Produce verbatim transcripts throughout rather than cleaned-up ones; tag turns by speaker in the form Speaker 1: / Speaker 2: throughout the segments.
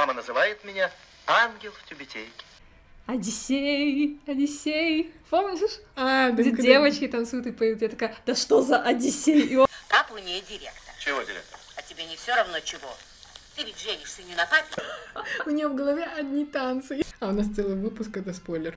Speaker 1: Мама называет меня ангел в тюбетейке.
Speaker 2: Одиссей, Одиссей, помнишь?
Speaker 3: А, да,
Speaker 2: Где
Speaker 3: когда-
Speaker 2: девочки танцуют и поют, я такая, да что за Одиссей? И он...
Speaker 4: Папа у нее директор.
Speaker 1: Чего, директор?
Speaker 4: А тебе не все равно чего? Ты ведь женишься не на папе.
Speaker 3: У нее в голове одни танцы. А у нас целый выпуск, это спойлер.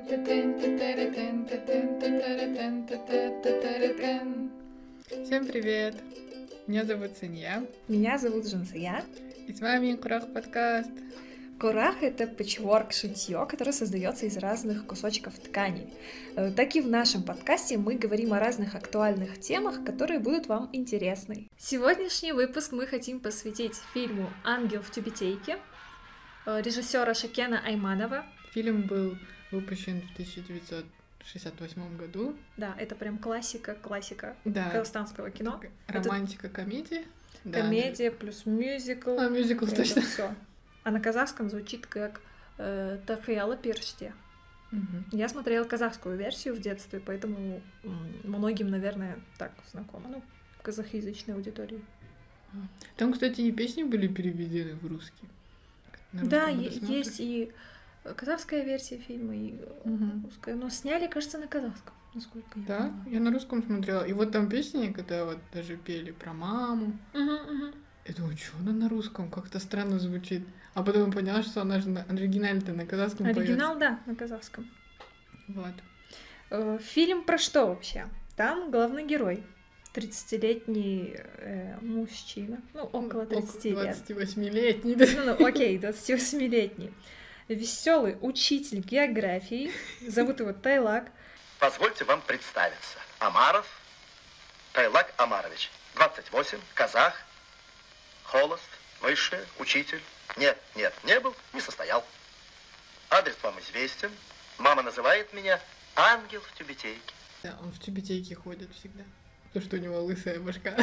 Speaker 3: Всем привет! Меня зовут Синья,
Speaker 2: Меня зовут Жансая.
Speaker 3: и с вами Курах подкаст.
Speaker 2: Курах — это пэтчворк, шитье, которое создается из разных кусочков тканей. Э, Так и в нашем подкасте мы говорим о разных актуальных темах, которые будут вам интересны. Сегодняшний выпуск мы хотим посвятить фильму «Ангел в тюбетейке» э, режиссера Шакена Айманова.
Speaker 3: Фильм был выпущен в тысяча девятьсот шестьдесят восьмом году.
Speaker 2: Да, это прям классика, классика
Speaker 3: Да,
Speaker 2: казахстанского кино.
Speaker 3: романтика, комедия. Да,
Speaker 2: Комедия плюс мюзикл.
Speaker 3: А, мюзикл,
Speaker 2: это
Speaker 3: точно.
Speaker 2: все. А на казахском звучит как э, «Тахыялы періште».
Speaker 3: Мгм.
Speaker 2: Я смотрела казахскую версию в детстве, поэтому м, многим, наверное, так знакомо. Ну, в казахоязычной аудитории.
Speaker 3: Там, кстати, и песни были переведены в русский. На
Speaker 2: Да,
Speaker 3: русском
Speaker 2: е-
Speaker 3: досмотре.
Speaker 2: есть и казахская версия фильма, и э,
Speaker 3: Мгм.
Speaker 2: русская. Но сняли, кажется, на казахском, насколько я
Speaker 3: Да,
Speaker 2: понимаю.
Speaker 3: я на русском смотрела. И вот там песни, когда вот даже пели про маму.
Speaker 2: Мгм, мгм.
Speaker 3: Я думаю, что она на русском? Как-то странно звучит. А потом поняла, что она же на оригинале-то на казахском
Speaker 2: Оригинал, да, на казахском.
Speaker 3: поётся. Вот.
Speaker 2: Э, Фильм про что вообще? Там главный герой. тридцатилетний э, мужчина. Ну, около тридцати лет.
Speaker 3: двадцативосьмилетний. да.
Speaker 2: Ну, ну, окей, двадцативосьмилетний. Веселый учитель географии. Зовут его Тайлак.
Speaker 1: Позвольте вам представиться. Амаров Тайлак Амарович. двадцать восемь, казах, холост, высшее, учитель. Нет, нет, не был, не состоял. Адрес вам известен. Мама называет меня ангел в тюбетейке.
Speaker 3: Да, он в тюбетейке ходит всегда. Потому что у него лысая башка.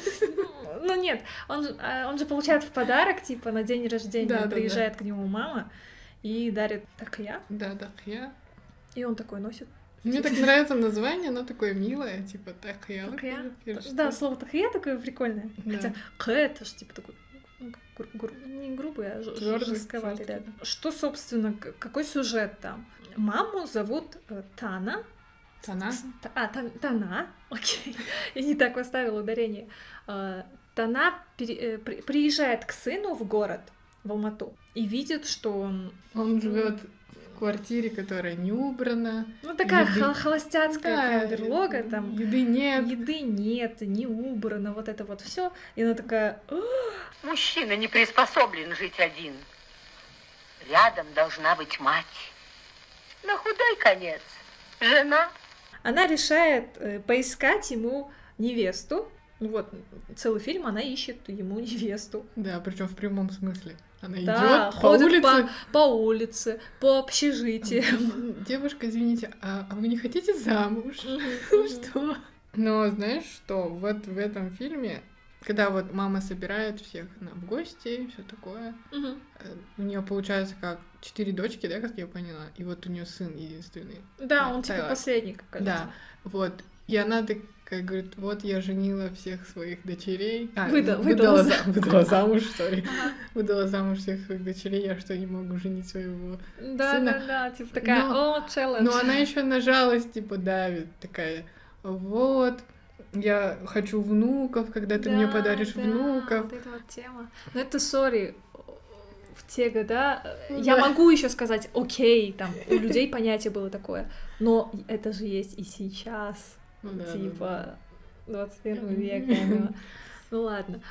Speaker 2: Ну нет, он, же- а, он же получает в подарок, типа, на день рождения
Speaker 3: Да, да, да.
Speaker 2: приезжает к нему мама и дарит такая,
Speaker 3: Да, да, я.
Speaker 2: и он такой носит.
Speaker 3: Мне так нравится название, оно такое милое, типа так я.
Speaker 2: Такая. Да, слово такая такое прикольное.
Speaker 3: Да.
Speaker 2: Хотя к это же типа такой ну, гру- гру- не грубый, а ж-
Speaker 3: Твёрдый,
Speaker 2: жестковатый. Да.
Speaker 3: жёсткий.
Speaker 2: Что, собственно, к- какой сюжет там? Маму зовут э, Тана.
Speaker 3: Тана?
Speaker 2: Т- А, Тан- Тана, окей. Я не так поставила ударение. А, Тана пере- э, при- приезжает к сыну в город, в Алмату, и видит, что он...
Speaker 3: Он живет в квартире, которая не убрана.
Speaker 2: Ну, такая
Speaker 3: Еды-
Speaker 2: хо- холостяцкая
Speaker 3: Да,
Speaker 2: прям берлога, там
Speaker 3: еды нет.
Speaker 2: еды нет, не убрано, вот это вот все. И она такая,
Speaker 4: Мужчина не приспособлен жить один. Рядом должна быть мать. На худой конец. Жена.
Speaker 2: она решает э, поискать ему невесту. Ну вот, целый фильм она ищет ему невесту.
Speaker 3: Да, причем в прямом смысле. Она
Speaker 2: Да,
Speaker 3: идет по
Speaker 2: ходит
Speaker 3: улице.
Speaker 2: по, по улице, по общежитиям.
Speaker 3: Девушка, извините, а, а вы не хотите замуж?
Speaker 2: Мгм.
Speaker 3: Что? Но знаешь что, вот в этом фильме, когда вот мама собирает всех на- в гости, все такое,
Speaker 2: Мгм.
Speaker 3: э, у нее получается как четыре дочки, да, как я поняла, и вот у нее сын единственный.
Speaker 2: Да, он типа
Speaker 3: Тайлак.
Speaker 2: последний, кажется.
Speaker 3: Да, вот. И она такая говорит, вот я женила всех своих дочерей. А,
Speaker 2: Выда-
Speaker 3: ну,
Speaker 2: выдала
Speaker 3: выдала,
Speaker 2: за-
Speaker 3: за- выдала замуж, сори.
Speaker 2: Ага.
Speaker 3: Выдала замуж всех своих дочерей, я что, не могу женить своего.
Speaker 2: Да,
Speaker 3: Сына.
Speaker 2: да, да, типа такая,
Speaker 3: Но-
Speaker 2: о, челлендж.
Speaker 3: Но она еще на жалость, типа, давит, такая, вот, я хочу внуков, когда ты мне
Speaker 2: Да,
Speaker 3: подаришь
Speaker 2: да,
Speaker 3: внуков.
Speaker 2: Вот эта вот тема. Но это, сори, в те года э,
Speaker 3: Ну
Speaker 2: я
Speaker 3: да.
Speaker 2: могу еще сказать, окей, там у людей понятие было такое, но это же есть и сейчас,
Speaker 3: Ну да, да,
Speaker 2: типа двадцать первого века. ну. Ну ладно.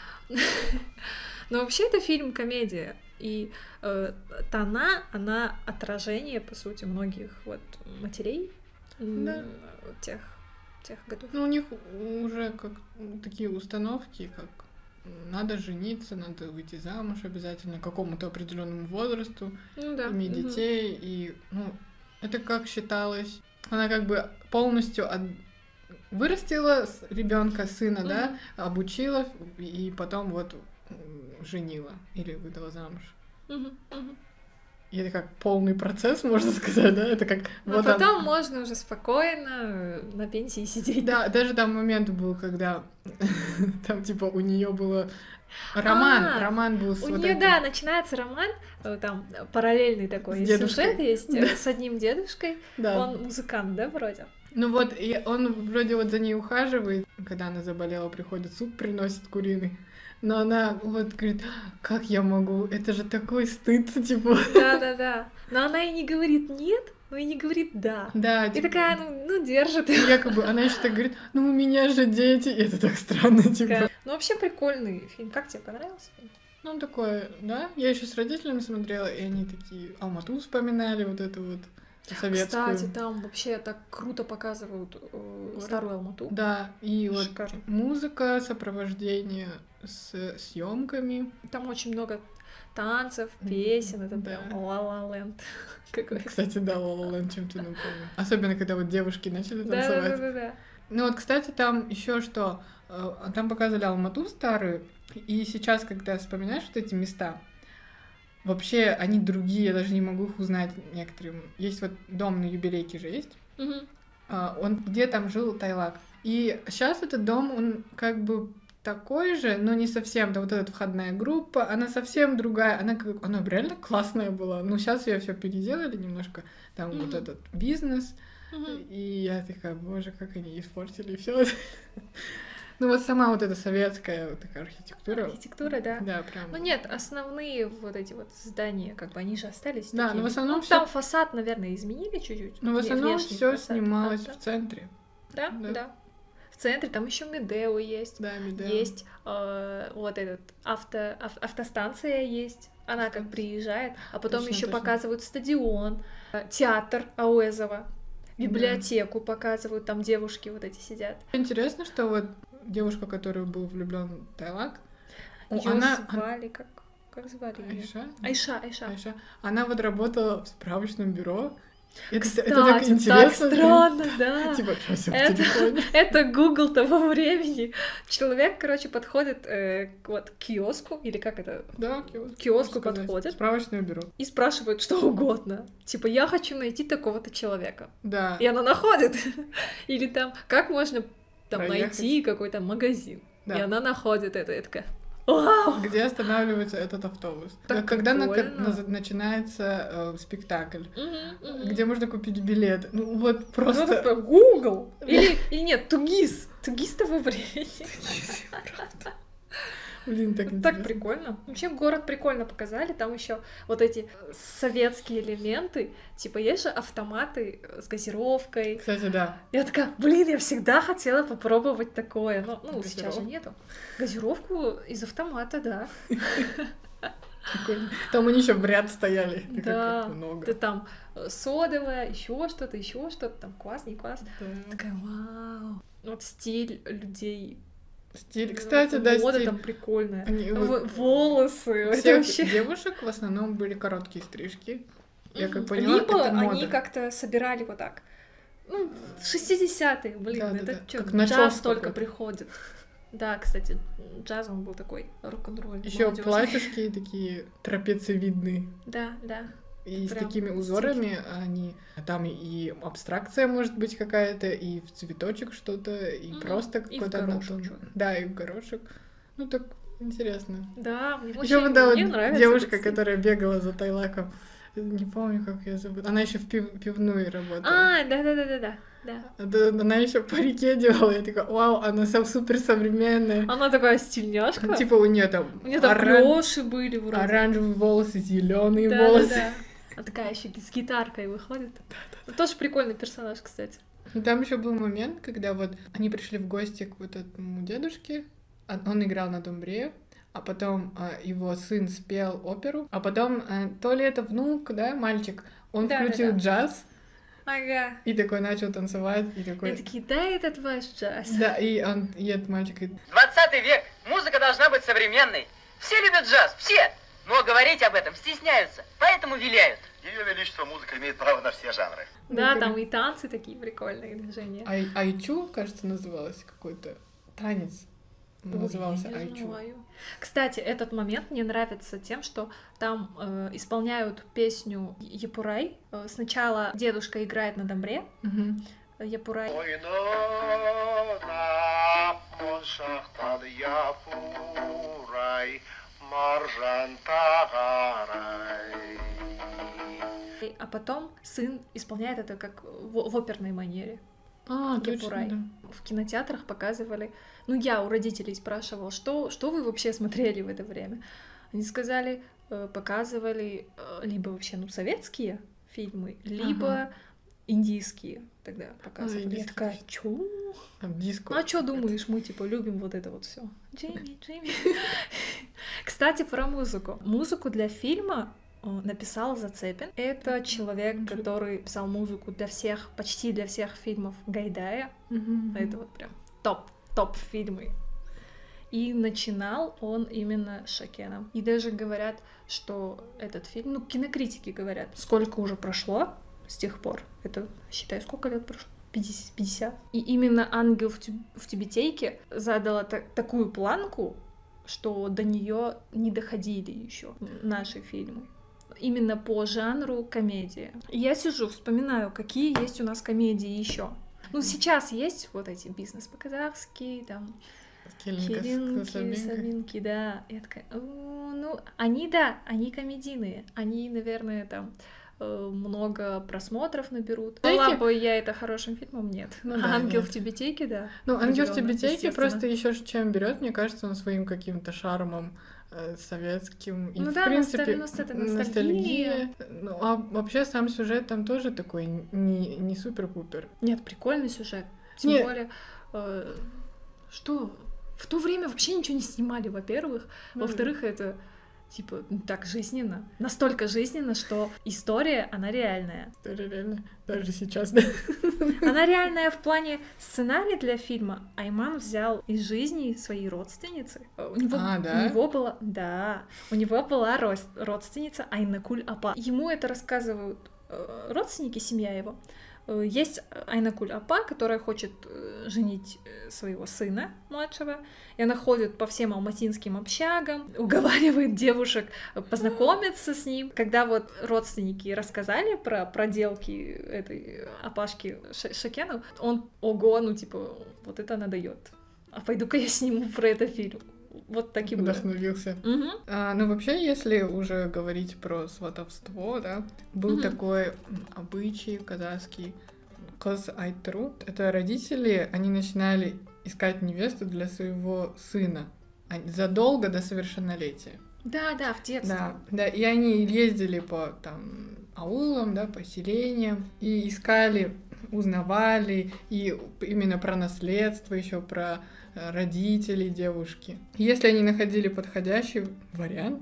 Speaker 2: Но вообще это фильм комедия. И э, Тана, она отражение, по сути, многих вот матерей м,
Speaker 3: Да.
Speaker 2: тех, тех годов.
Speaker 3: Ну, у них уже как такие установки, как надо жениться, надо выйти замуж обязательно к какому-то определенному возрасту,
Speaker 2: Ну да.
Speaker 3: иметь
Speaker 2: мгм.
Speaker 3: детей, и, ну, это как считалось, она как бы полностью от- вырастила ребенка, сына, да,
Speaker 2: Мгм.
Speaker 3: обучила и потом вот м, женила или выдала замуж.
Speaker 2: Мгм, мгм.
Speaker 3: И это как полный процесс, можно сказать, да? Это как
Speaker 2: Но
Speaker 3: вот
Speaker 2: потом
Speaker 3: он-
Speaker 2: можно уже спокойно э, на пенсии сидеть.
Speaker 3: Да, даже там момент был, когда там типа у нее было Роман,
Speaker 2: А,
Speaker 3: роман был с
Speaker 2: У
Speaker 3: вот
Speaker 2: нее,
Speaker 3: этим.
Speaker 2: да, начинается роман, э, там параллельный такой
Speaker 3: С дедушкой.
Speaker 2: сюжет есть э, с одним дедушкой.
Speaker 3: Да.
Speaker 2: Он музыкант, да, вроде?
Speaker 3: Ну вот, и он вроде вот за ней ухаживает, когда она заболела, приходит, суп приносит куриный. Но она вот говорит, как я могу, это же такой стыд, типа.
Speaker 2: Да-да-да. Но она и не говорит нет, но и не говорит да.
Speaker 3: Да,
Speaker 2: И
Speaker 3: типа,
Speaker 2: такая, ну, ну держит.
Speaker 3: якобы, она еще так говорит, ну у меня же дети, и это так странно, типа.
Speaker 2: Такая, Ну, вообще прикольный фильм. Как тебе понравился фильм?
Speaker 3: Ну, он такой, да, я еще с родителями смотрела, и они такие Алмату вспоминали, вот эту вот советскую.
Speaker 2: Кстати, там вообще так круто показывают э, старую Алмату.
Speaker 3: Да, и вот
Speaker 2: Шикарно.
Speaker 3: музыка, сопровождение с съемками.
Speaker 2: Там очень много танцев, песен, это
Speaker 3: Да.
Speaker 2: прям ла-ла ленд какой-то.
Speaker 3: Кстати, да, La La Land чем-то напомню. Особенно, когда вот девушки начали танцевать.
Speaker 2: Да-да-да.
Speaker 3: Ну вот, кстати, там еще что, э, там показывали Алмату старую, и сейчас, когда вспоминаешь вот эти места, вообще они другие, я даже не могу их узнать некоторым. Есть вот дом на Юбилейке же есть,
Speaker 2: Мгм.
Speaker 3: а, он где там жил Тайлак. И сейчас этот дом, он как бы такой же, но не совсем. Да, вот эта входная группа, она совсем другая. Она, как, она реально классная была. Ну, сейчас ее все переделали немножко. Там вот
Speaker 2: Мгм.
Speaker 3: этот бизнес.
Speaker 2: Мгм.
Speaker 3: И я такая, боже, как они испортили все. Ну, вот сама вот эта советская вот такая архитектура.
Speaker 2: Архитектура, да.
Speaker 3: Да, прям.
Speaker 2: Ну нет, основные вот эти вот здания, как бы они же остались.
Speaker 3: Да,
Speaker 2: такими.
Speaker 3: но в основном
Speaker 2: Ну,
Speaker 3: всё-
Speaker 2: там фасад, наверное, изменили чуть-чуть.
Speaker 3: Ну, в
Speaker 2: вне-
Speaker 3: основном
Speaker 2: внешний
Speaker 3: все
Speaker 2: фасад.
Speaker 3: снималось
Speaker 2: А,
Speaker 3: в центре.
Speaker 2: да,
Speaker 3: да.
Speaker 2: да, да. В центре там еще Медео есть.
Speaker 3: Да, Медео.
Speaker 2: Есть э, вот этот авто, ав- автостанция есть. Она как приезжает, а потом
Speaker 3: Точно,
Speaker 2: еще
Speaker 3: точно.
Speaker 2: показывают стадион, э, театр Ауэзова, библиотеку показывают, там девушки вот эти сидят.
Speaker 3: Интересно, что вот девушка, в которую был влюблен Тайлак,
Speaker 2: Ее
Speaker 3: она...
Speaker 2: звали как? Как звали ее?
Speaker 3: Айша?
Speaker 2: Айша, Айша.
Speaker 3: Айша. Она вот работала в справочном бюро. Это,
Speaker 2: Кстати,
Speaker 3: это так интересно.
Speaker 2: странно, да.
Speaker 3: Типа, что всё в
Speaker 2: Это,
Speaker 3: телефоне.
Speaker 2: это Google того времени. Человек, короче, подходит э, к- вот, к киоску, или как это,
Speaker 3: Да, киоск.
Speaker 2: киоску
Speaker 3: можно сказать.
Speaker 2: подходит.
Speaker 3: Справочное бюро.
Speaker 2: и спрашивает что угодно. Типа, я хочу найти такого-то человека.
Speaker 3: Да.
Speaker 2: И она находит. Или там, как можно там
Speaker 3: Проехать.
Speaker 2: найти какой-то магазин.
Speaker 3: Да.
Speaker 2: И она находит это, и такая, вау!
Speaker 3: Где останавливается этот автобус?
Speaker 2: Так
Speaker 3: Когда на-
Speaker 2: прикольно.
Speaker 3: на- начинается э, спектакль?
Speaker 2: Мгм, мгм.
Speaker 3: Где можно купить билет? Ну вот
Speaker 2: Ну,
Speaker 3: просто...
Speaker 2: такой, Google! Или, или нет, Тугис! Тугис того времени.
Speaker 3: Блин, так
Speaker 2: Так
Speaker 3: интересно.
Speaker 2: прикольно. Вообще город прикольно показали. Там еще вот эти советские элементы. Типа есть же автоматы с газировкой.
Speaker 3: Кстати, да.
Speaker 2: Я такая, блин, я всегда хотела попробовать такое. Ну, ну сейчас же
Speaker 3: Газировку?
Speaker 2: нету. Газировку из автомата, да.
Speaker 3: Прикольно. Там они еще в ряд стояли. Как-
Speaker 2: Да.
Speaker 3: как много.
Speaker 2: Ты там э, содовая, еще что-то, еще что-то, там квас, не квас.
Speaker 3: Да.
Speaker 2: Такая, вау. Вот стиль людей.
Speaker 3: Стиль. Кстати, да,
Speaker 2: Мода
Speaker 3: стиль.
Speaker 2: там прикольная.
Speaker 3: Они
Speaker 2: В-
Speaker 3: вот-
Speaker 2: волосы. Это
Speaker 3: Всех
Speaker 2: вообще...
Speaker 3: девушек в основном были короткие стрижки. Я как
Speaker 2: Мгм.
Speaker 3: поняла,
Speaker 2: Либо
Speaker 3: это мода.
Speaker 2: они как-то собирали вот так. Ну, в шестидесятые, блин,
Speaker 3: Да, да,
Speaker 2: это
Speaker 3: да.
Speaker 2: что,
Speaker 3: Как начёс
Speaker 2: джаз только
Speaker 3: какой-то.
Speaker 2: приходит. Да, кстати, джаз он был такой рок-н-ролл.
Speaker 3: Еще
Speaker 2: молодёжный.
Speaker 3: платьишки такие трапециевидные.
Speaker 2: Да, да.
Speaker 3: И с
Speaker 2: Прям
Speaker 3: такими
Speaker 2: стиль.
Speaker 3: узорами они... Там и абстракция может быть какая-то, и в цветочек что-то, и
Speaker 2: Мгм.
Speaker 3: просто
Speaker 2: И в
Speaker 3: какой-то...
Speaker 2: горошек
Speaker 3: однотон-
Speaker 2: чё-то.
Speaker 3: Да, и в горошек. Ну так интересно.
Speaker 2: Да, мне
Speaker 3: Еще
Speaker 2: очень-
Speaker 3: вот, да,
Speaker 2: мне
Speaker 3: вот
Speaker 2: нравится
Speaker 3: девушка,
Speaker 2: этот стиль.
Speaker 3: которая бегала за Тайлаком. Не помню, как ее зовут. Она еще в пив- пивной работала.
Speaker 2: А, да, да, да, да, да. Да.
Speaker 3: Да, она еще парике делала. Я такая, вау, она вся супер современная.
Speaker 2: Она такая стильняшка.
Speaker 3: Типа у нее там
Speaker 2: У нее там
Speaker 3: оран-
Speaker 2: клёши были вроде.
Speaker 3: оранжевые волосы, зеленые
Speaker 2: Да,
Speaker 3: волосы.
Speaker 2: да, да. Она такая еще с гитаркой выходит. Тоже прикольный персонаж, кстати.
Speaker 3: И там еще был момент, когда вот они пришли в гости к вот этому дедушке, а- он играл на домбре, а потом а, его сын спел оперу, а потом а, то ли это внук, да, мальчик, он
Speaker 2: Да, да,
Speaker 3: включил
Speaker 2: да.
Speaker 3: джаз
Speaker 2: Ага.
Speaker 3: и такой начал танцевать, и
Speaker 2: И
Speaker 3: такой...
Speaker 2: такие, да, этот ваш джаз.
Speaker 3: Да, и он, и этот мальчик говорит,
Speaker 5: двадцатый век. Музыка должна быть современной. Все любят джаз, все. Но говорить об этом стесняются, поэтому виляют.
Speaker 1: Ее Величество музыка имеет право на все жанры.
Speaker 2: Да,
Speaker 3: Ну,
Speaker 2: там и танцы такие прикольные, движения.
Speaker 3: Ай, Айчу, кажется, называлось какой-то танец.
Speaker 2: Ой,
Speaker 3: Назывался
Speaker 2: я не
Speaker 3: Айчу.
Speaker 2: знаю. Кстати, этот момент мне нравится тем, что там э, исполняют песню Япурай. Э, Сначала дедушка играет на домбре,
Speaker 3: Мгм.
Speaker 2: э, Япурай.
Speaker 6: Маржантагай, Маржантагай.
Speaker 2: А потом сын исполняет это как в, в оперной манере.
Speaker 3: А,
Speaker 2: Гепурай.
Speaker 3: точно, да.
Speaker 2: В кинотеатрах показывали. Ну, я у родителей спрашивала, что, что вы вообще смотрели в это время. Они сказали, э, показывали э, либо вообще ну, советские фильмы, либо
Speaker 3: Ага.
Speaker 2: индийские тогда показывали. Я
Speaker 3: индийские
Speaker 2: такая,
Speaker 3: точно.
Speaker 2: чё?
Speaker 3: Там диско.
Speaker 2: Ну а что думаешь, мы типа любим вот это вот все. Джимми, Джимми. Кстати, про музыку. Музыку для фильма э, написал Зацепин. Это человек, который писал музыку для всех, почти для всех фильмов Гайдая.
Speaker 3: Мгм.
Speaker 2: Это вот прям топ, топ фильмы. И начинал он именно с Шакеном. И даже говорят, что этот фильм, ну, кинокритики говорят, сколько уже прошло с тех пор. Это, считай, сколько лет прошло? пятьдесят. пятьдесят. И именно «Ангел в, тю- в тюбетейке» задала та- такую планку, что до нее не доходили еще наши фильмы. Именно по жанру комедия. И я сижу, вспоминаю, какие есть у нас комедии еще. Ну, сейчас есть вот эти «Бизнес по-казахски», там,
Speaker 3: Келинка с
Speaker 2: «Херинки»,
Speaker 3: Собинкой.
Speaker 2: «Сабинки», да. Я такая, «О, ну, они, да, они комедийные. Они, наверное, там э, много просмотров наберут.
Speaker 3: Знаете-
Speaker 2: Была бы я это хорошим фильмом, нет.
Speaker 3: Ну
Speaker 2: А
Speaker 3: да,
Speaker 2: «Ангел
Speaker 3: нет.
Speaker 2: в тюбетейке», да.
Speaker 3: Ну, «Ангел в
Speaker 2: определённо,
Speaker 3: тюбетейке»
Speaker 2: естественно.
Speaker 3: просто еще чем берет, мне кажется, он своим каким-то шармом э, советским. И,
Speaker 2: Ну
Speaker 3: в
Speaker 2: да,
Speaker 3: принципе,
Speaker 2: носталь- носталь-
Speaker 3: ностальгия. Ну, а вообще сам сюжет там тоже такой не, не супер-пупер.
Speaker 2: Нет, прикольный сюжет. Тем
Speaker 3: Нет.
Speaker 2: более, э, что в то время вообще ничего не снимали, во-первых.
Speaker 3: Ну,
Speaker 2: Во-вторых, это типа ну, так жизненно. Настолько жизненно, что история, она реальная.
Speaker 3: Это реально даже сейчас, да.
Speaker 2: Она реальная в плане сценария для фильма. Айман взял из жизни своей родственницы. Э, У него,
Speaker 3: А, да?
Speaker 2: у него была, да, у него была рос- родственница Айнакуль Апа. Ему это рассказывают э, родственники, семья его. Э, Есть Айнакуль Апа, которая хочет э, женить э, своего сына младшего, и она ходит по всем алматинским общагам, уговаривает девушек познакомиться с ним. Когда вот родственники рассказали про проделки этой Апашки Ша- Шакену, он, ого, ну типа, вот это она дает. А пойду-ка я сниму про это фильм. Вот так и было.
Speaker 3: Вдохновился.
Speaker 2: Мгм.
Speaker 3: А, ну, вообще, если уже говорить про сватовство, да, был
Speaker 2: Мгм.
Speaker 3: такой м, обычай казахский «кыз айтыру». Это родители, они начинали искать невесту для своего сына они- задолго до совершеннолетия.
Speaker 2: Да, да, в детстве.
Speaker 3: Да, да, и они ездили по там аулам, да, по селениям и искали, узнавали и именно про наследство, еще про э, родителей девушки. Если они находили подходящий вариант,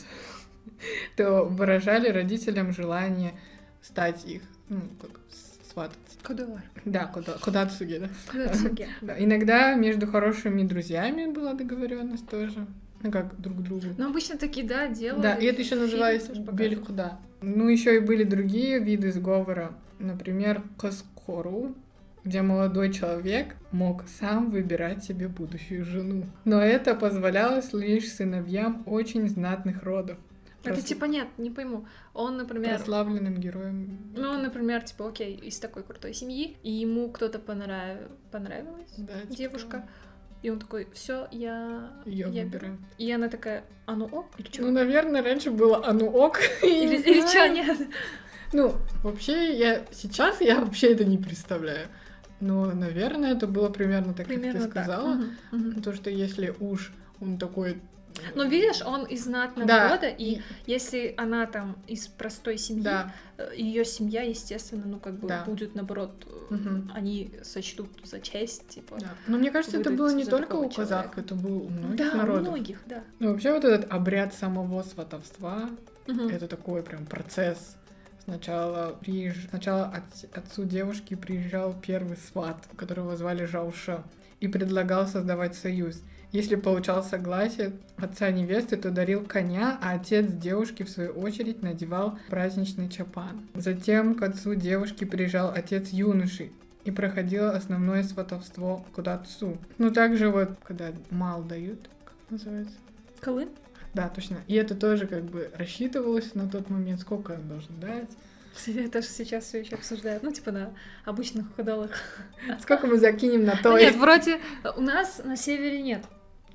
Speaker 3: то выражали родителям желание стать их, ну, как с- свататься.
Speaker 2: Кудовар.
Speaker 3: Да, куда, куда суги, да.
Speaker 2: Кудацуге.
Speaker 3: Да, иногда между хорошими друзьями была договоренность тоже. Ну, как друг к другу.
Speaker 2: Но обычно такие, да, делают.
Speaker 3: Да, и это еще
Speaker 2: Фильмы
Speaker 3: называется
Speaker 2: тоже показывают.
Speaker 3: белькуда. Ну, еще и были другие виды сговора. Например, коскору, где молодой человек мог сам выбирать себе будущую жену. Но это позволялось лишь сыновьям очень знатных родов.
Speaker 2: Это
Speaker 3: Прос-
Speaker 2: типа нет, не пойму. Он, например,
Speaker 3: прославленным героем.
Speaker 2: ну, он, например, типа, окей, из такой крутой семьи, и ему кто-то понрав... понравилась,
Speaker 3: Да, типа
Speaker 2: девушка, и он такой, все, я...
Speaker 3: Ее
Speaker 2: я
Speaker 3: выбираю.
Speaker 2: И она такая, а ну ок, или что?
Speaker 3: Ну, наверное, раньше было «а ну ок».
Speaker 2: или
Speaker 3: не
Speaker 2: или
Speaker 3: знаю.
Speaker 2: что, нет?
Speaker 3: Ну, вообще, я сейчас я вообще это не представляю. Но, наверное, это было примерно так,
Speaker 2: Примерно
Speaker 3: как ты
Speaker 2: так.
Speaker 3: сказала.
Speaker 2: Мгм, мгм.
Speaker 3: То, что если уж он такой...
Speaker 2: Но видишь, он из знатного
Speaker 3: Да,
Speaker 2: рода, и если она там из простой семьи,
Speaker 3: Да,
Speaker 2: ее семья, естественно, ну как бы
Speaker 3: Да.
Speaker 2: будет, наоборот, э,
Speaker 3: Мгм.
Speaker 2: они сочтут за честь, типа.
Speaker 3: да. Но мне кажется, это
Speaker 2: выдать
Speaker 3: было не
Speaker 2: за
Speaker 3: только
Speaker 2: такого
Speaker 3: у казахов,
Speaker 2: человека.
Speaker 3: это было у многих
Speaker 2: Да, у
Speaker 3: народов.
Speaker 2: многих, да.
Speaker 3: Ну, вообще, вот этот обряд самого сватовства,
Speaker 2: Мгм.
Speaker 3: это такой прям процесс. Сначала, приезж... Сначала от... отцу девушки приезжал первый сват, которого звали Жауша, и предлагал создавать союз. Если получал согласие отца невесты, то дарил коня, а отец девушки, в свою очередь, надевал праздничный чапан. Затем к отцу девушки приезжал отец юноши, и проходило основное сватовство к отцу. Ну, также вот, когда мал дают, как называется?
Speaker 2: Колын?
Speaker 3: Да, точно. И это тоже как бы рассчитывалось на тот момент, сколько он должен дать.
Speaker 2: Это же сейчас все еще обсуждают, ну, типа на обычных ходалах.
Speaker 3: Сколько мы закинем на
Speaker 2: Ну,
Speaker 3: то.
Speaker 2: нет, вроде у нас на севере нет.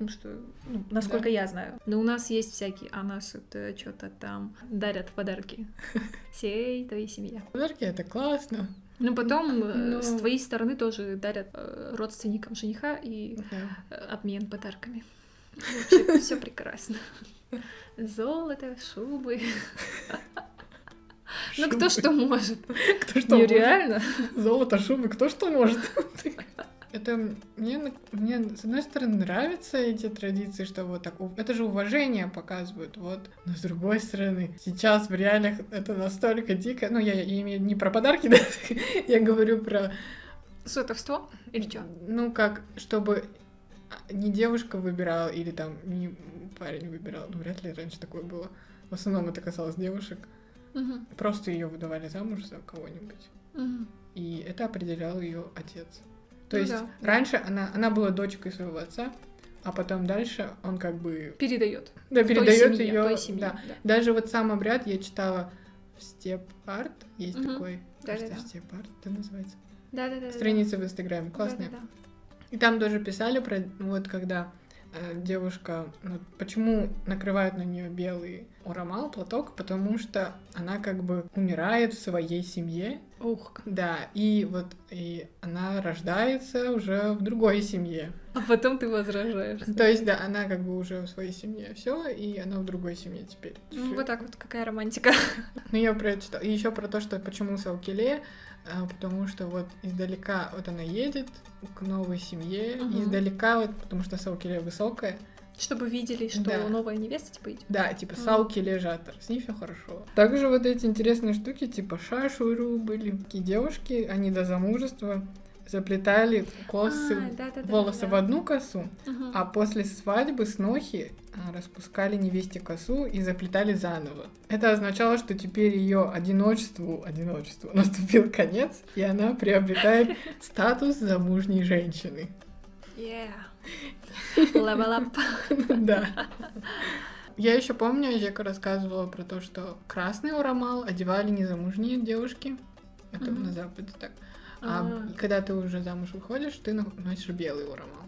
Speaker 2: потому что, ну, насколько
Speaker 3: Да.
Speaker 2: я знаю. Но у нас есть всякие, а нас это что-то там дарят подарки всей твоей семье.
Speaker 3: Подарки — это классно.
Speaker 2: Ну, потом э,
Speaker 3: Ну.
Speaker 2: с твоей стороны тоже дарят э, родственникам жениха и
Speaker 3: Да.
Speaker 2: э, обмен подарками. Вообще все прекрасно. Золото, шубы. Ну, кто
Speaker 3: Шубы.
Speaker 2: что может.
Speaker 3: Кто что
Speaker 2: Не,
Speaker 3: может.
Speaker 2: реально.
Speaker 3: Золото, шубы, кто что может. Это мне, мне, с одной стороны, нравятся эти традиции, что вот так, у- это же уважение показывают, вот. Но с другой стороны, сейчас в реалиях это настолько дико. Ну, я, я имею не про подарки, да, я говорю про,
Speaker 2: Сватовство или что?
Speaker 3: ну, как, чтобы не девушка выбирала или там не парень выбирал. Ну, вряд ли раньше такое было. В основном это касалось девушек. Просто ее выдавали замуж за кого-нибудь. И это определял ее отец. То
Speaker 2: Ну
Speaker 3: есть
Speaker 2: да.
Speaker 3: раньше она, она была дочкой своего отца, а потом дальше он как бы
Speaker 2: Передает.
Speaker 3: да,
Speaker 2: В той
Speaker 3: передает
Speaker 2: семье,
Speaker 3: ее.
Speaker 2: той семье,
Speaker 3: Да.
Speaker 2: да.
Speaker 3: Даже вот сам обряд я читала в степ-арт, есть
Speaker 2: Мгм.
Speaker 3: такой, кажется,
Speaker 2: Да-да-да.
Speaker 3: степ-арт это называется.
Speaker 2: Да-да-да.
Speaker 3: Страница в Инстаграме, классная.
Speaker 2: Да-да-да.
Speaker 3: И там тоже писали про вот когда э, девушка, ну, почему накрывают на нее белый урамал, платок, потому что она как бы умирает в своей семье.
Speaker 2: Ух.
Speaker 3: Да, и вот и она рождается уже в другой семье.
Speaker 2: А потом ты возражаешь.
Speaker 3: То есть, да, она как бы уже в своей семье все, и она в другой семье теперь.
Speaker 2: Ну, вот так вот, какая романтика.
Speaker 3: Ну, я про это читала. И еще про то, что почему Саукеле, а, потому что вот издалека вот она едет к новой семье,
Speaker 2: Мгм.
Speaker 3: и издалека вот, потому что Саукеле высокая,
Speaker 2: Чтобы видели, что
Speaker 3: Да.
Speaker 2: новая невеста типа идет.
Speaker 3: да, типа
Speaker 2: Мгм.
Speaker 3: Саукеле жатор, с ней все хорошо. Также вот эти интересные штуки, типа шашуру были. Такие девушки, они до замужества заплетали косы,
Speaker 2: А, да-да-да,
Speaker 3: волосы
Speaker 2: да.
Speaker 3: в одну косу,
Speaker 2: Мгм.
Speaker 3: а после свадьбы снохи а, распускали невесте косу и заплетали заново. Это означало, что теперь ее одиночеству, одиночеству наступил конец, и она приобретает статус замужней женщины.
Speaker 2: Yeah. Level up.
Speaker 3: Да. Я еще помню, Жека рассказывала про то, что красный урамал одевали незамужние девушки. Это
Speaker 2: Мгм.
Speaker 3: на Западе так. А
Speaker 2: А.
Speaker 3: когда ты уже замуж выходишь, ты на- носишь белый урамал.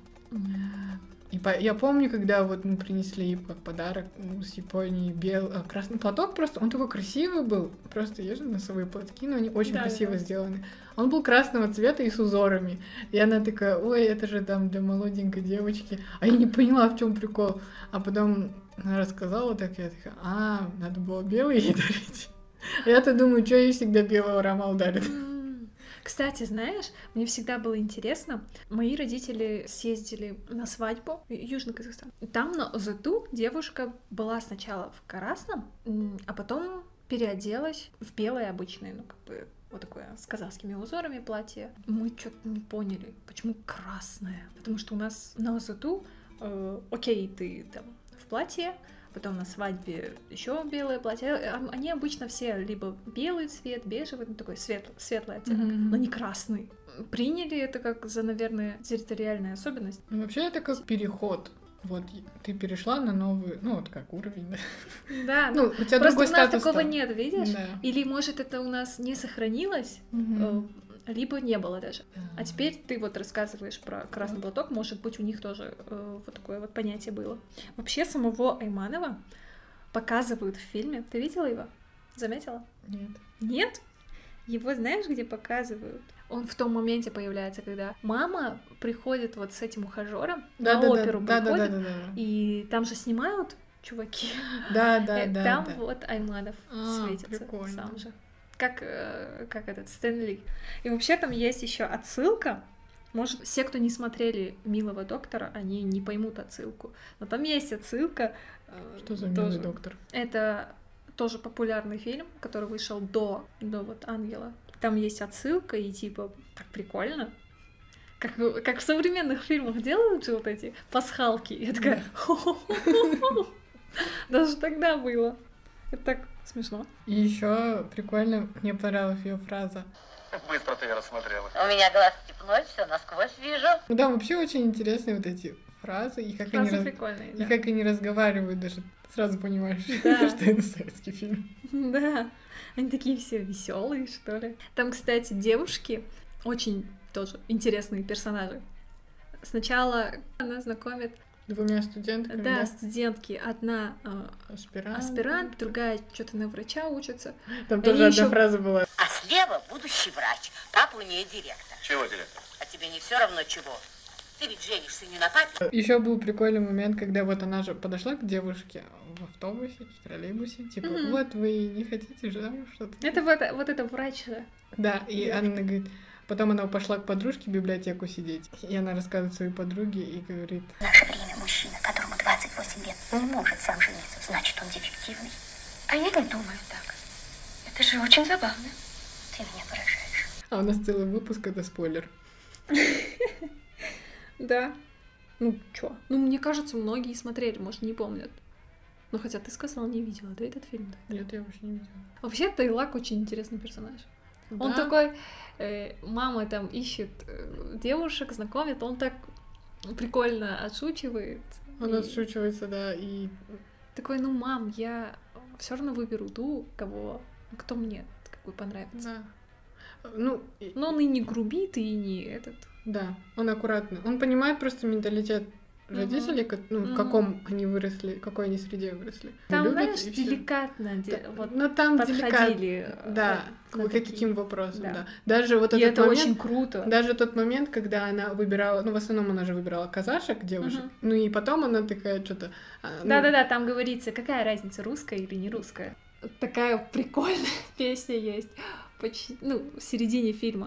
Speaker 3: И по- я помню, когда вот мы принесли как подарок ну, с Японии бел... а, красный платок, просто он такой красивый был. Просто есть же носовые платки, но они очень
Speaker 2: Да,
Speaker 3: красиво
Speaker 2: да.
Speaker 3: сделаны. Он был красного цвета и с узорами. И она такая, ой, это же там для молоденькой девочки. А я не поняла, в чем прикол. А потом она рассказала так, я такая, а, надо было белый ей дарить. Я-то думаю, что ей всегда белый урамал дарит.
Speaker 2: М. Кстати, знаешь, мне всегда было интересно. Мои родители съездили на свадьбу в Южный Казахстан. Там на Озату девушка была сначала в красном, м, а потом переоделась в белое обычное, ну как бы вот такое с казахскими узорами платье. Мы что-то не поняли, почему красное. Потому что у нас на Озату, э, окей, ты там в платье, потом на свадьбе еще белое платье. А- Они обычно все либо белый цвет, бежевый, ну такой светлый, светлый оттенок,
Speaker 3: Мгм.
Speaker 2: но не красный. Приняли это как за, наверное, территориальная особенность.
Speaker 3: Ну, вообще это как переход. Вот и ты перешла на новый, ну вот как уровень, да.
Speaker 2: Да,
Speaker 3: Ну, у тебя
Speaker 2: просто
Speaker 3: другой
Speaker 2: у нас
Speaker 3: статус
Speaker 2: такого
Speaker 3: стал.
Speaker 2: нет, видишь?
Speaker 3: Да.
Speaker 2: Или, может, это у нас не сохранилось,
Speaker 3: Мгм.
Speaker 2: э, либо не было даже. А теперь ты вот рассказываешь про красный платок, может быть, у них тоже э, вот такое вот понятие было. Вообще, самого Айманова показывают в фильме. Ты видела его? Заметила?
Speaker 3: Нет.
Speaker 2: Нет? Его знаешь, где показывают? Он в том моменте появляется, когда мама приходит вот с этим ухажером на оперу
Speaker 3: да, да, да,
Speaker 2: приходит,
Speaker 3: да, да.
Speaker 2: и там же снимают чуваки.
Speaker 3: Да, да,
Speaker 2: Э,
Speaker 3: да.
Speaker 2: Там
Speaker 3: да.
Speaker 2: вот Айманов
Speaker 3: А,
Speaker 2: светится
Speaker 3: прикольно.
Speaker 2: сам же. Как, э, как этот Стэнли. И вообще там есть еще отсылка. Может, все, кто не смотрели «Милого доктора», они не поймут отсылку. Но там есть отсылка. э,
Speaker 3: Что за
Speaker 2: тоже.
Speaker 3: милый доктор?
Speaker 2: Это тоже популярный фильм, который вышел до, до вот «Ангела». Там есть отсылка, и типа, так прикольно. Как, как в современных фильмах делают же вот эти пасхалки. Я такая, «Хо-хо-хо-хо-хо». Даже тогда было. Это так смешно.
Speaker 3: И еще прикольно, мне понравилась ее фраза.
Speaker 1: Быстро ты ее рассмотрела.
Speaker 4: У меня глаз степной, все насквозь вижу.
Speaker 3: Ну да, вообще очень интересные вот эти фразы, и как, они,
Speaker 2: Фразы
Speaker 3: раз-
Speaker 2: прикольные,
Speaker 3: и
Speaker 2: да.
Speaker 3: как они разговаривают, даже сразу понимаешь,
Speaker 2: Да.
Speaker 3: что это советский фильм.
Speaker 2: Да, они такие все веселые, что ли. Там, кстати, девушки очень тоже интересные персонажи. Сначала она знакомит
Speaker 3: Двумя студентками,
Speaker 2: Да,
Speaker 3: да?
Speaker 2: студентки. Одна э,
Speaker 3: Аспирант.
Speaker 2: аспирант, другая что-то на врача учится.
Speaker 3: Там
Speaker 2: И
Speaker 3: тоже
Speaker 2: они
Speaker 3: одна
Speaker 2: ещё-
Speaker 3: фраза была.
Speaker 4: А слева будущий врач. Папа у нее директор.
Speaker 1: Чего, директор?
Speaker 4: А тебе не все равно чего? Ты ведь женишься не на папе.
Speaker 3: Еще был прикольный момент, когда вот она же подошла к девушке в автобусе, в троллейбусе, типа,
Speaker 2: Мгм.
Speaker 3: вот вы не хотите же замуж, что-то.
Speaker 2: Это вот, вот это врач. же.
Speaker 3: Да, и
Speaker 2: девушка.
Speaker 3: она говорит, потом она пошла к подружке в библиотеку сидеть, и она рассказывает своей подруге и говорит,
Speaker 6: В наше время мужчина, которому двадцать восемь лет, не может сам жениться, значит, он дефективный. А я не думаю так. Это же очень забавно. Ты меня поражаешь.
Speaker 3: а у нас целый выпуск, это спойлер.
Speaker 2: Да. Ну, чё? Ну, мне кажется, многие смотрели, может, не помнят. Ну, хотя ты сказал, не видела, да, этот фильм? Да?
Speaker 3: Нет, я вообще не видела.
Speaker 2: Вообще, Тайлак очень интересный персонаж. Он
Speaker 3: Да?
Speaker 2: такой, э, мама там ищет э, девушек, знакомит, он так прикольно отшучивает.
Speaker 3: Он
Speaker 2: И
Speaker 3: отшучивается, да, и
Speaker 2: такой, ну, мам, я все равно выберу ту, кого, кто мне какой понравится.
Speaker 3: да. Ну, и-
Speaker 2: Но он и не грубит, и не этот.
Speaker 3: да, он аккуратный. Он понимает просто менталитет
Speaker 2: Мгм.
Speaker 3: родителей, ка- ну, в
Speaker 2: Мгм.
Speaker 3: каком они выросли, в какой они среде выросли.
Speaker 2: Там,
Speaker 3: Любят
Speaker 2: знаешь,
Speaker 3: и всё.
Speaker 2: деликатно де-
Speaker 3: Да,
Speaker 2: вот
Speaker 3: ну, там деликатно.
Speaker 2: подходили. э,
Speaker 3: Да,
Speaker 2: вот на
Speaker 3: к
Speaker 2: такие.
Speaker 3: каким вопросам,
Speaker 2: Да.
Speaker 3: да. Даже вот
Speaker 2: И
Speaker 3: этот
Speaker 2: это
Speaker 3: момент,
Speaker 2: очень круто.
Speaker 3: даже тот момент, когда она выбирала, ну, в основном она же выбирала казашек, девушек,
Speaker 2: Мгм.
Speaker 3: ну, и потом она такая что-то...
Speaker 2: Да-да-да, там говорится, какая разница, русская или не русская. Такая прикольная песня есть, почти, ну, в середине фильма.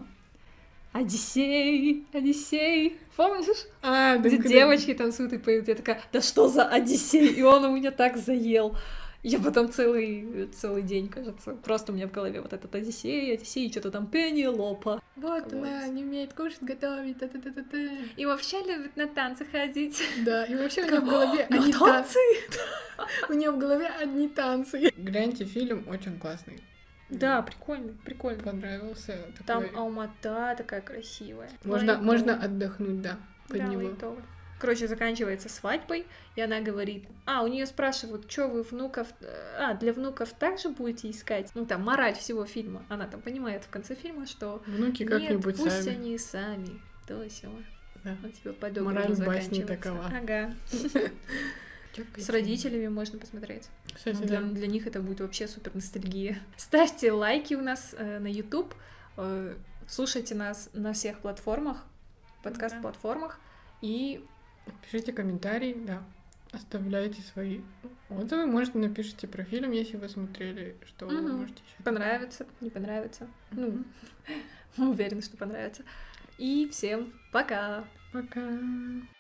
Speaker 2: Одиссей, Одиссей, помнишь?
Speaker 3: А, да,
Speaker 2: Где
Speaker 3: когда-
Speaker 2: девочки танцуют и поют, я такая, да что за Одиссей? И он у меня так заел. Я потом целый, целый день, кажется, просто у меня в голове вот этот Одиссей, Одиссей, что-то там Пенелопа.
Speaker 3: Вот
Speaker 2: Вот.
Speaker 3: она не умеет кушать, готовить, та-та-та-та-та.
Speaker 2: И вообще любит на танцы ходить.
Speaker 3: Да, и вообще у нее в голове
Speaker 2: На
Speaker 3: одни танцы.
Speaker 2: танцы?
Speaker 3: У нее в голове одни танцы. Гляньте, фильм очень классный.
Speaker 2: Да, прикольно, прикольно.
Speaker 3: Понравился.
Speaker 2: Там
Speaker 3: Такой...
Speaker 2: Алмата такая красивая.
Speaker 3: Можно,
Speaker 2: Лайтовый.
Speaker 3: можно отдохнуть, да, под
Speaker 2: Да,
Speaker 3: него.
Speaker 2: лайтовый. Короче, заканчивается свадьбой, и она говорит, а, у нее спрашивают, что вы внуков, а, для внуков также будете искать? Ну, там, мораль всего фильма. Она там понимает в конце фильма, что
Speaker 3: Внуки
Speaker 2: нет,
Speaker 3: как-нибудь
Speaker 2: пусть
Speaker 3: сами.
Speaker 2: они сами. То сё.
Speaker 3: Да.
Speaker 2: Он тебе по-доброму
Speaker 3: Мораль басни
Speaker 2: заканчивается.
Speaker 3: такова.
Speaker 2: Ага. С родителями можно посмотреть.
Speaker 3: Кстати,
Speaker 2: Ну, для,
Speaker 3: да.
Speaker 2: для них это будет вообще супер ностальгия. Ставьте лайки у нас э, на YouTube, э, слушайте нас на всех платформах, подкаст-платформах, и
Speaker 3: Пишите комментарии, да. Оставляйте свои отзывы. Может, напишите про фильм, если вы смотрели, что вы
Speaker 2: Мгм.
Speaker 3: можете еще.
Speaker 2: понравится, не понравится. Ну,
Speaker 3: Мгм.
Speaker 2: уверена, что понравится. И всем пока!
Speaker 3: Пока.